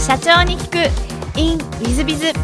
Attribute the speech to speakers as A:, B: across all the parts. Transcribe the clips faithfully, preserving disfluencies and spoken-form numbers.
A: 社長に聞く in ウィズビズ。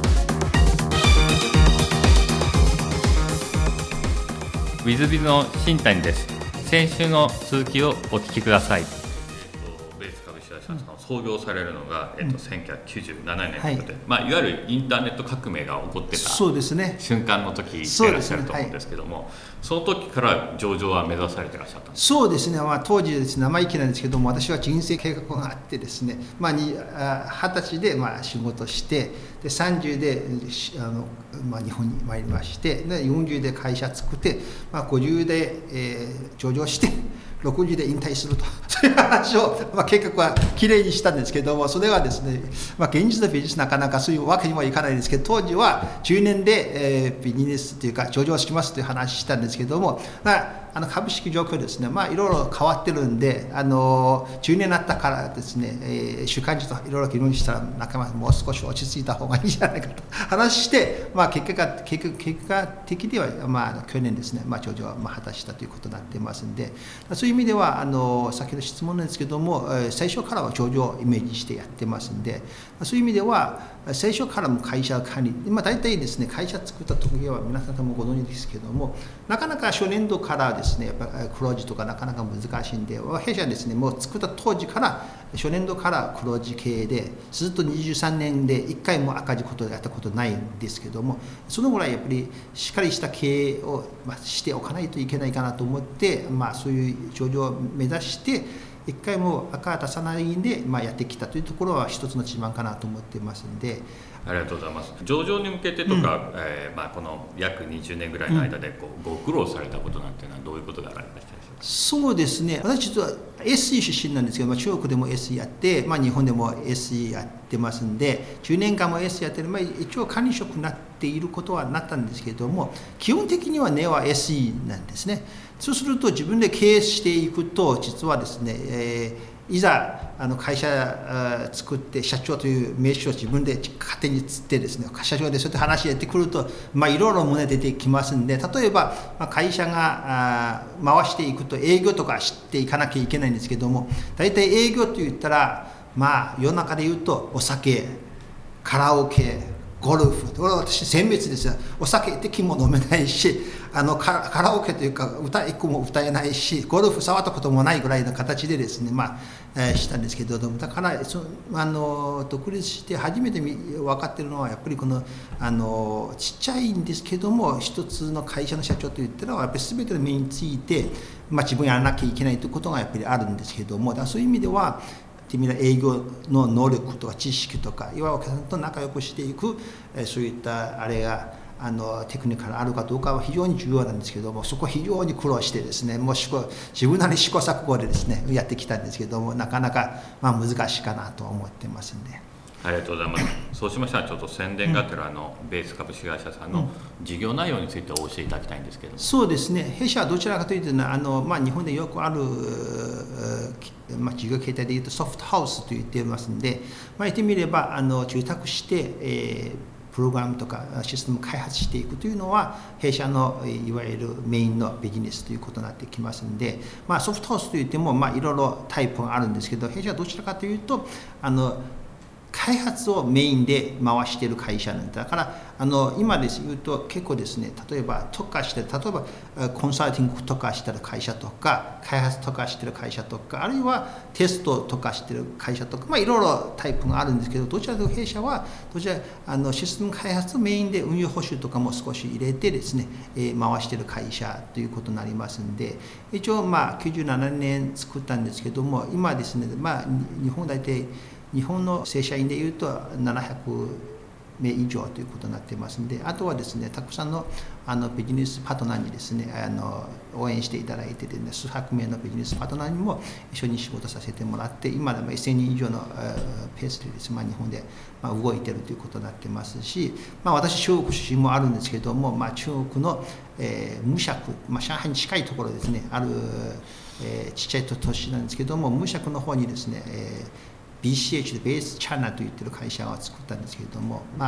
B: ウィズビズの新谷です。先週の続きをお聞きください。えっと、ベース株式会社さん創業されるのが、えっと、せんきゅうひゃくきゅうじゅうななねんということで、はい、まあ、いわゆるインターネット革命が起こってた
C: そうですね
B: 瞬間の時でいらっしゃると思うんですけども、その時から上場は目指されていらっしゃったんですか？
C: そうですね、まあ、当時ですね、生意気なんですけども、私は人生計画があってですね、まあ、にあはたちでまあ仕事して、でさんじゅうであの、まあ、日本に参りまして、でよんじゅうで会社作って、まあ、ごじゅうで、えー、上場して、ろくじゅうで引退すると、そういう話を、まあ、計画はきれいにしたんですけども、それはですね、まあ、現実のビジネスなかなかそういうわけにはいかないですけど、当時はじゅうねんで、えー、ビジネスというか上場しますという話したんですけども、まあ、あの株式状況ですね、まあ、いろいろ変わってるんで、あのじゅうねんになったからですね、えー、主幹事といろいろ議論したら、仲間もう少し落ち着いた方がいいんじゃないかと話して、まあ、結果が結果結果的には、まあ、去年ですね、まあ、上場はまあ果たしたということになっていますので、そういう意味では、あの先ほど質問なんですけども、最初からは上場をイメージしてやってますんで、そういう意味では、最初からも会社管理、まあ、大体ですね、会社作った時は皆さんもご存知ですけども、なかなか初年度からですね、やっぱ黒字とかなかなか難しいんで、弊社ですね、もう作った当時から、初年度から黒字経営で、ずっとにじゅうさんねんでいっかいも赤字ことやったことないんですけども、そのぐらいやっぱりしっかりした経営をしておかないといけないかなと思って、まあ、そういう上場を目指して、一回も赤出さないんで、まあ、やってきたというところは一つの自慢かなと思っていますので。
B: ありがとうございます。上場に向けてとか、うん、えーまあ、この約にじゅうねんぐらいの間でこう、うん、ご苦労されたことなんていうのはどういうことがありましたでしょうか？
C: そうですね、私実は エスイー 出身なんですけど、まあ、中国でも エスイー やって、まあ、日本でも エスイー やってますんで、じゅうねんかんも エスイー やってる、まあ、一応管理職になっていることはなったんですけれども、基本的には根は エスイー なんですね。そうすると自分で経営していくと、実はですね、えーいざあの会社作って社長という名称を自分で勝手に釣ってですね、社長でそうやって話やってくると、まあ、いろいろ胸出てきますんで、例えば、まあ、会社が回していくと営業とかしていかなきゃいけないんですけども、大体営業といったら、まあ、世の中で言うとお酒、カラオケ、ゴルフ、これは私殲滅ですよ。お酒一滴も飲めないし、あの カ, カラオケというか歌一個も歌えないし、ゴルフ触ったこともないぐらいの形でですね、まあえー、したんですけど、だからそあの独立して初めて分かっているのは、やっぱりこのあのちっちゃいんですけども、一つの会社の社長といったらやっぱり全ての目について、まあ、自分やらなきゃいけないということがやっぱりあるんですけども、だからそういう意味では営業の能力とか知識とか、いわゆるお客さんと仲良くしていく、そういったあれがあのテクニカルあるかどうかは非常に重要なんですけども、そこは非常に苦労してですね、もう自分なりに試行錯誤でですねやってきたんですけども、なかなかまあ難しいかなと思ってますんで。
B: ありがとうございます。そうしましたらちょっと宣伝がてら、あのベース株式会社さんの事業内容についてお教えいただきたいんですけども。
C: そうですね、弊社はどちらかというと、あの、まあ、日本でよくある、まあ、事業形態でいうとソフトハウスと言っていますので、まあ、言ってみればあの住宅して、えー、プログラムとかシステムを開発していくというのは弊社のいわゆるメインのビジネスということになってきますので、まあ、ソフトハウスといっても、まあ、いろいろタイプがあるんですけど、弊社はどちらかというとあの開発をメインで回している会社なんだから、あの今です言うと結構ですね、例えば特化して例えばコンサルティング特化している会社とか、開発特化している会社とか、あるいはテスト特化している会社とか、まあ、いろいろタイプがあるんですけど、どちらかというと弊社はどちらあのシステム開発メインで運用報酬とかも少し入れてですね、えー、回している会社ということになりますんで、一応まあきゅうじゅうななねん作ったんですけども、今ですね、まあ日本大体日本の正社員でいうとななひゃくめい以上ということになっていますので、あとはですね、たくさんのあのビジネスパートナーにですね、あの応援していただいてですね、数百名のビジネスパートナーにも一緒に仕事させてもらって、今でもせんにん以上のペースでですね、まあ、日本でまあ動いているということになってますし、まあ、私中国出身もあるんですけども、まあ、中国の、えー、無錫、まあ、上海に近いところですね、ある、えー、ちっちゃい都市なんですけども、無錫の方にですね、えービーシーエイチ でベースチャイナと言ってる会社を作ったんですけれども、まあ、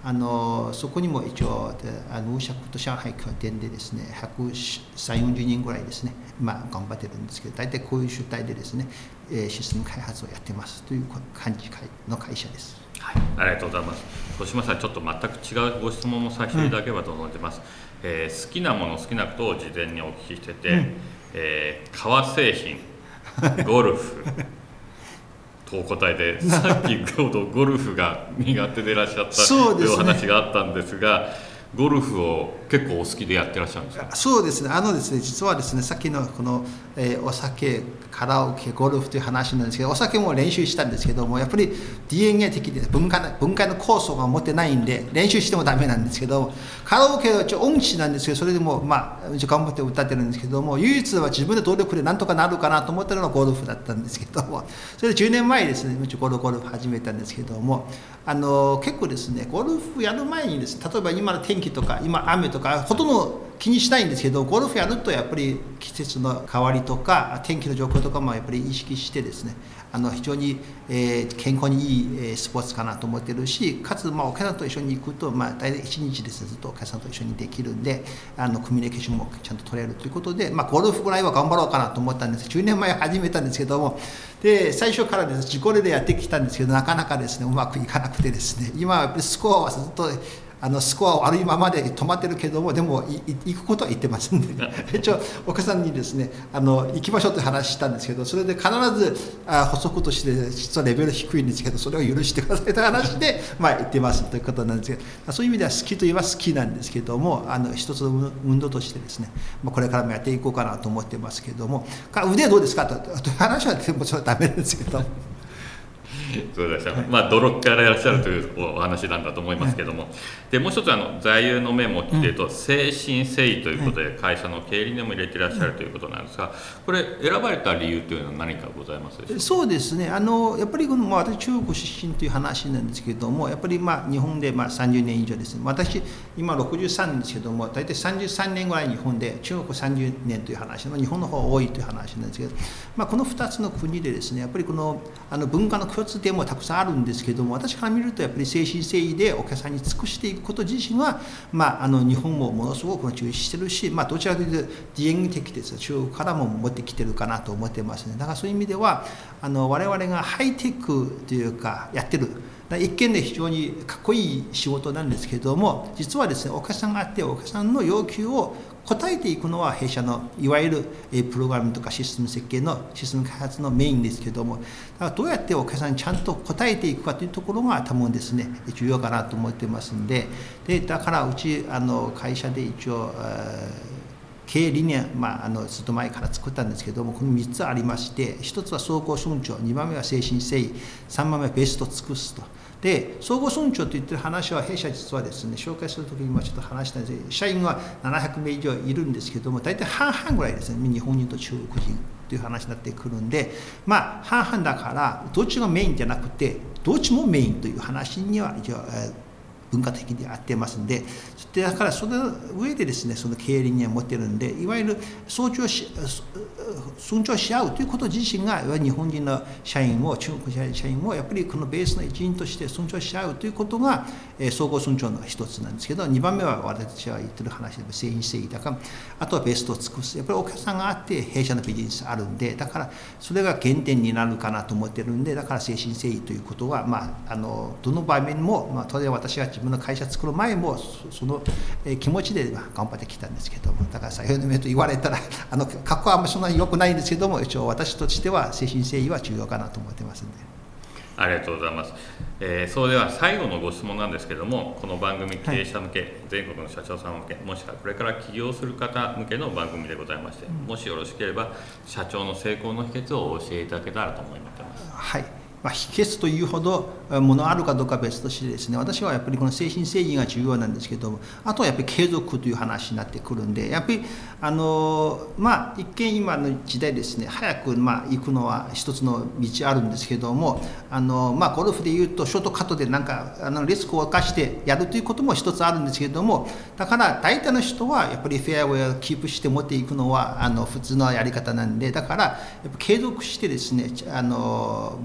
C: あのそこにも一応あのウーシャクと上海拠点でですねひゃくさんじゅう、よんじゅうにんぐらいですね、まあ、頑張ってるんですけど、大体こういう主体でですねシステム開発をやってますという感じの会社です。
B: はい、ありがとうございます。そうしましたらちょっと全く違うご質問もさせていただければと思ってます、うんえー、好きなもの好きなことを事前にお聞きしてて、うんえー、革製品ゴルフとお答えで、さっきゴルフが苦手でいらっしゃったというお話があったんですが、ゴルフを結構お好きでやってらっしゃるんですか？
C: そうですね、あのですね、実はですね、さっきのこの、えー、お酒、カラオケ、ゴルフという話なんですけど、お酒も練習したんですけども、やっぱり ディーエヌエー 的で文化の文化の酵素が持ってないんで、練習してもダメなんですけど、カラオケはちょっと音痴なんですけど、それでもまあ頑張って歌ってるんですけども、唯一は自分で努力でなんとかなるかなと思ったのがゴルフだったんですけども、それでじゅうねんまえですね、ゴルフゴルフ始めたんですけども、あの結構ですね、ゴルフやる前にですね、例えば今の天気とか今雨とかほとんど気にしないんですけど、ゴルフやるとやっぱり季節の変わりとか天気の状況とかもやっぱり意識してですね、あの非常に、えー、健康にいい、えー、スポーツかなと思ってるし、かつ、まあ、お客さんと一緒に行くと、まあ、大体いちにちですねずっとお客さんと一緒にできるんで、あのコミュニケーションもちゃんと取れるということで、まあ、ゴルフぐらいは頑張ろうかなと思ったんです。じゅうねんまえ始めたんですけども、で最初からです、自己でやってきたんですけど、なかなかですねうまくいかなくてですね、今はやっぱりスコアはずっとあのスコア悪いままで止まってるけども、でも行くことは言ってますんで一応お客さんにですね、あの行きましょうという話したんですけど、それで必ずあ補足として実はレベル低いんですけど、それを許してくださいという話でまあ言ってますということなんですけど、そういう意味では好きといえば好きなんですけども、あの一つの運動としてですね、まあ、これからもやっていこうかなと思ってますけども、腕どうですかという話はでもそれはダメなんですけど。
B: そうでした、はい、まあ泥からいらっしゃるというお話なんだと思いますけども、はい、でもう一つあの座右の銘も聞いてると、うん、誠心誠意ということで会社の経理にも入れていらっしゃるということなんですが、これ選ばれた理由というのは何かございますでしょうか？
C: そうですね、あのやっぱりこの、まあ、私中国出身という話なんですけども、やっぱりまあ日本でまあさんじゅうねん以上ですね、私今ろくじゅうさんねんですけども、大体さんじゅうさんねんぐらい日本で、中国さんじゅうねんという話、日本の方が多いという話なんですけど、まあ、このふたつの国でですね、やっぱりこのあの文化の共通点もたくさんあるんですけども、私から見るとやっぱり誠心誠意でお客さんに尽くしていくこと自身は、まあ、あの日本もものすごく重視してるし、まあ、どちらかというと ディーエヌエー 的です中国からも持ってきてるかなと思ってますね。だからそういう意味ではあの我々がハイテクというかやってる、一見で非常にかっこいい仕事なんですけども、実はですねお客さんがあって、お客さんの要求を答えていくのは弊社のいわゆるプログラムとかシステム設計のシステム開発のメインですけども、だからどうやってお客さんにちゃんと答えていくかというところが多分ですね重要かなと思ってますんで、でだからうちあの会社で一応経営理念、まあ、あのずっと前から作ったんですけども、このみっつありまして、ひとつは総合尊重、にばんめは誠心誠意、さんばんめはベスト尽くすと。で総合尊重と言ってる話は弊社実はですね紹介するときに今ちょっと話したんですけど、社員はななひゃくめい以上いるんですけども、大体半々ぐらいですね、日本人と中国人という話になってくるんで、まあ半々だからどっちがメインじゃなくてどっちもメインという話には一応文化的に合ってますんで、だからその上でですねその経営理念を持ってるんで、いわゆる尊重し尊重し合うということ自身が日本人の社員も中国社員もやっぱりこのベースの一員として尊重し合うということが、えー、総合尊重の一つなんですけど、にばんめは私は言ってる話で誠心誠意だから、あとはベストを尽くす、やっぱりお客さんがあって弊社のビジネスあるんで、だからそれが原点になるかなと思ってるんで、だから誠心誠意ということは、まあ、あのどの場面も、まあ、当然私は自分の会社作る前もその気持ちで頑張ってきたんですけども、だから先ほどのと言われたらあの格好はあんまりそんなに良くないんですけども、一応私としては誠心誠意は重要かなと思ってますんで。
B: ありがとうございます、えー、それでは最後のご質問なんですけども、この番組経営者向け、はい、全国の社長さん向け、もしくはこれから起業する方向けの番組でございまして、もしよろしければ社長の成功の秘訣をお教えいただけたらと思ってます。
C: はい、まあ、秘訣というほどものあるかどうかは別としてですね、私はやっぱりこの誠心誠意が重要なんですけども、あとはやっぱり継続という話になってくるんで、やっぱりあのまあ一見今の時代ですね、早くまあ行くのは一つの道あるんですけども、あのまあゴルフでいうとショートカットでなんかあのリスクを冒してやるということも一つあるんですけれども、だから大体の人はやっぱりフェアウェイをキープして持っていくのはあの普通のやり方なんで、だからやっぱ継続してですねあの持っていく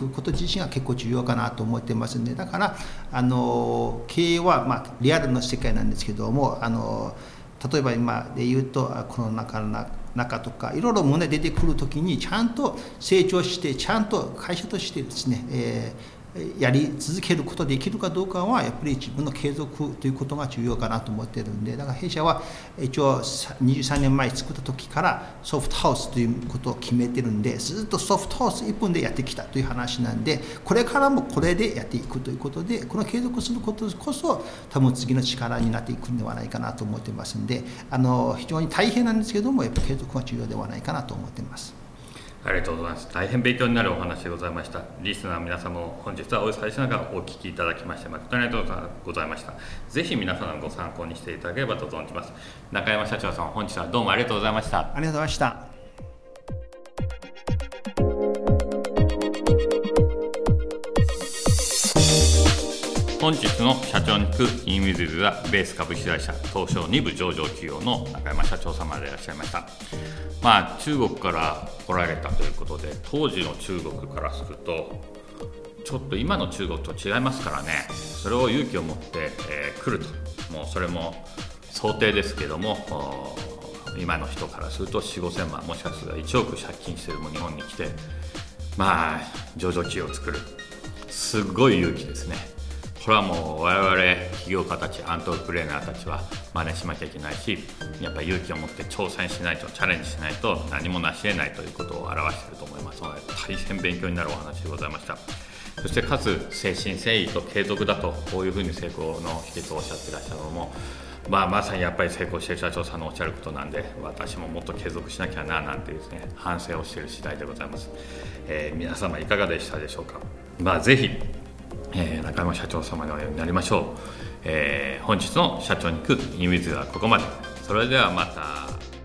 C: こと自身が結構重要かなと思ってますので、だからあの経営は、まあ、リアルの世界なんですけども、あの例えば今で言うとコロナ禍の中とかいろいろ問題出てくるときにちゃんと成長してちゃんと会社としてですね、えーやり続けることできるかどうかはやっぱり自分の継続ということが重要かなと思っているんで、だから弊社は一応にじゅうさんねんまえ作った時からソフトハウスということを決めてるんで、ずっとソフトハウスいっぽんでやってきたという話なんで、これからもこれでやっていくということで、この継続することこそ多分次の力になっていくんではないかなと思ってますんで、あの非常に大変なんですけどもやっぱり継続が重要ではないかなと思っています。
B: ありがとうございます。大変勉強になるお話でございました。リスナーの皆様も本日はお最初ながらお聞きいただきまして誠にありがとうございました。ぜひ皆様のご参考にしていただければと存じます。中山社長さん、本日はどうもありがとうございました。
C: ありがとうございました。
B: 本日の社長に聞くインウィズビズはベース株式会社東証に部上場企業の中山社長様でいらっしゃいました。まあ中国から来られたということで、当時の中国からするとちょっと今の中国と違いますからね、それを勇気を持って、えー、来ると、もうそれも想定ですけども、今の人からするとよん、ごせんまん、もしかするといちおく借金してるも日本に来て、まあ上場企業を作る、すごい勇気ですね。これはもう我々起業家たち、アントレプレーナーたちは真似しなきゃいけないし、やっぱり勇気を持って挑戦しないと、チャレンジしないと何も成し得ないということを表していると思いますので、大変勉強になるお話でございました。そしてかつ誠心誠意と継続だと、こういうふうに成功の秘訣をおっしゃっていらっしゃるのも、まあ、まさにやっぱり成功している社長さんのおっしゃることなんで、私ももっと継続しなきゃななんてですね、反省をしている次第でございます。えー、皆様いかがでしたでしょうか。まあ、ぜひえー、中山社長様のようになりましょう。えー、本日の社長に聞くインウィズはここまで。それではまた。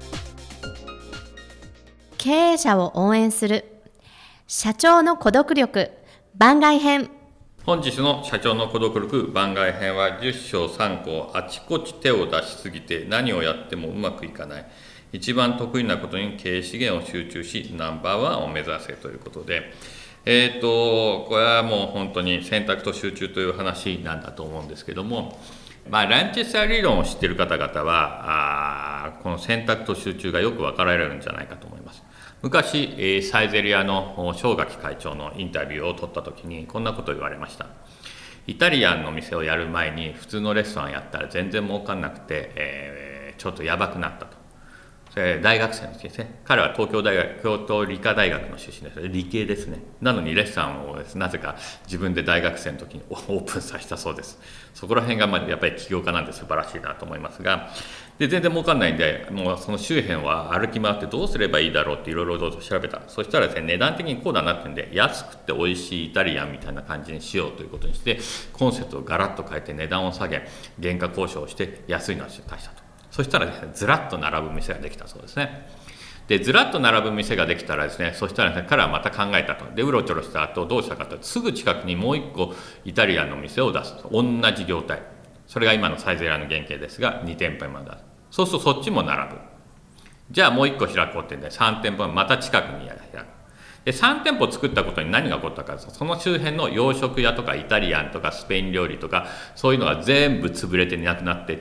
A: 経営者を応援する社長の孤独力番外編。
B: 本日の社長の孤独力番外編はじゅっ章さん項、あちこち手を出しすぎて何をやってもうまくいかない、一番得意なことに経営資源を集中しナンバーワンを目指せということで、えーと、これはもう本当に選択と集中という話なんだと思うんですけども、まあ、ランチェスター理論を知っている方々は、あこの選択と集中がよく分かられるんじゃないかと思います。昔、えー、サイゼリアの正垣会長のインタビューを取ったときにこんなことを言われました。イタリアンの店をやる前に普通のレストランやったら全然儲かんなくて、えー、ちょっとやばくなったと。大学生の時ですね。彼は東京大学、京都理科大学の出身です。理系ですね。なのにレストランをです、なぜか自分で大学生の時にオープンさせたそうです。そこら辺がまあやっぱり起業家なんで素晴らしいなと思いますが、で全然儲かんないんで、もうその周辺は歩き回ってどうすればいいだろうっていろいろと調べた。そしたらですね、値段的にこうだなってんで、安くて美味しいイタリアンみたいな感じにしようということにして、コンセプトをガラッと変えて値段を下げ、原価交渉をして安いのを出したと。そしたらですね、ずらっと並ぶ店ができたそうですね。で、ずらっと並ぶ店ができたらですね、そしたらですね、彼はまた考えたと。で、うろちょろした後どうしたかと、すぐ近くにもう一個イタリアンの店を出すと。同じ業態。それが今のサイゼリヤの原型ですが、に店舗まで出す。そうするとそっちも並ぶ。じゃあもう一個開こうってんで、さん店舗また近くに開く。で、さん店舗作ったことに何が起こったか、その周辺の洋食屋とかイタリアンとかスペイン料理とか、そういうのが全部潰れていなくなっていって、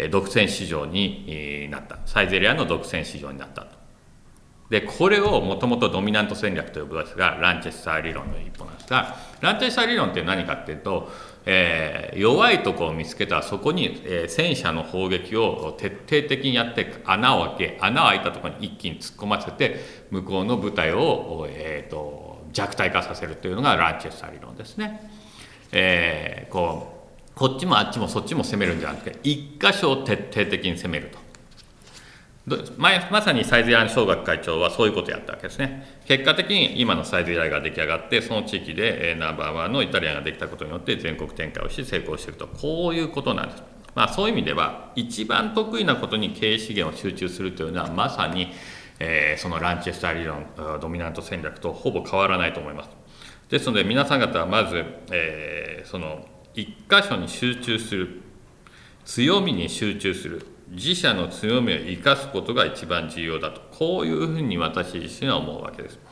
B: 独占市場になった。サイゼリヤの独占市場になったと。で、これをもともとドミナント戦略と呼ぶんですが、ランチェスター理論の一歩なんですが、ランチェスター理論って何かっていうと、えー、弱いところを見つけたらそこに、えー、戦車の砲撃を徹底的にやって穴を開け、穴を開いたところに一気に突っ込ませて向こうの部隊を、えー、と弱体化させるというのがランチェスター理論ですね。えー、こうこっちもあっちもそっちも攻めるんじゃなくて一箇所を徹底的に攻めると。ま, まさにサイゼリヤの正垣会長はそういうことをやったわけですね。結果的に今のサイゼリヤが出来上がって、その地域でナンバーワンのイタリアンができたことによって全国展開をし成功していると、こういうことなんです。まあ、そういう意味では一番得意なことに経営資源を集中するというのはまさに、えー、そのランチェスター理論ドミナント戦略とほぼ変わらないと思います。ですので皆さん方はまず、えー、その一箇所に集中する、強みに集中する、自社の強みを生かすことが一番重要だと、こういうふうに私自身は思うわけです。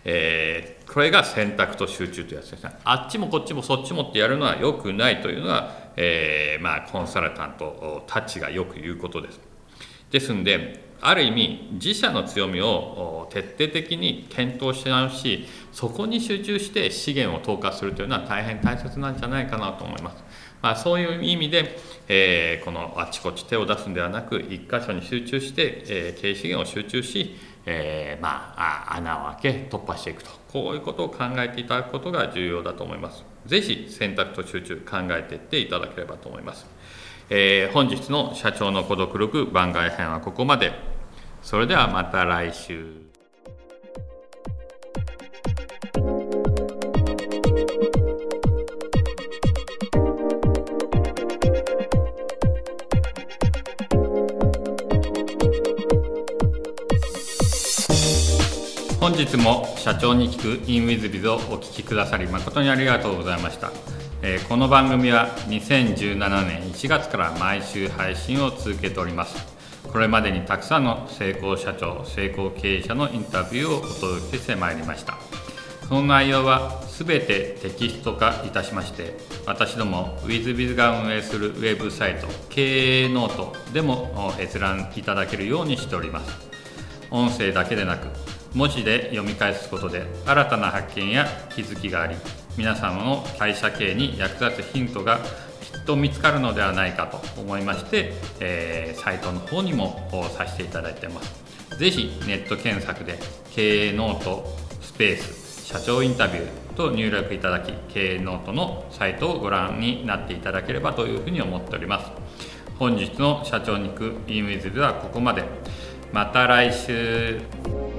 B: えー、これが選択と集中というやつですね。あっちもこっちもそっちもってやるのは良くないというのは、えーまあ、コンサルタントたちがよく言うことです。ですので、ある意味自社の強みを徹底的に検討し直し、そこに集中して資源を投下するというのは大変大切なんじゃないかなと思います。まあ、そういう意味で、えー、このあちこち手を出すんではなく、一箇所に集中して、えー、経営資源を集中し、えーまあ、穴を開け突破していくと、こういうことを考えていただくことが重要だと思います。ぜひ選択と集中考えていっていただければと思います。えー、本日の社長の孤独力番外編はここまで。それではまた来週。本日も社長に聞く インウィズビズ をお聞きくださり誠にありがとうございました。えー、この番組はにせんじゅうななねんいちがつから毎週配信を続けております。これまでにたくさんの成功社長、成功経営者のインタビューをお届けしてまいりました。その内容はすべてテキスト化いたしまして、私ども ウィズビズ が運営するウェブサイト経営ノートでも閲覧いただけるようにしております。音声だけでなく文字で読み返すことで新たな発見や気づきがあり、皆様の会社経営に役立つヒントがきっと見つかるのではないかと思いまして、えー、サイトの方にもさせていただいています。ぜひネット検索で経営ノートスペース社長インタビューと入力いただき、経営ノートのサイトをご覧になっていただければというふうに思っております。本日の社長に行く インウィズ ではここまで。また来週。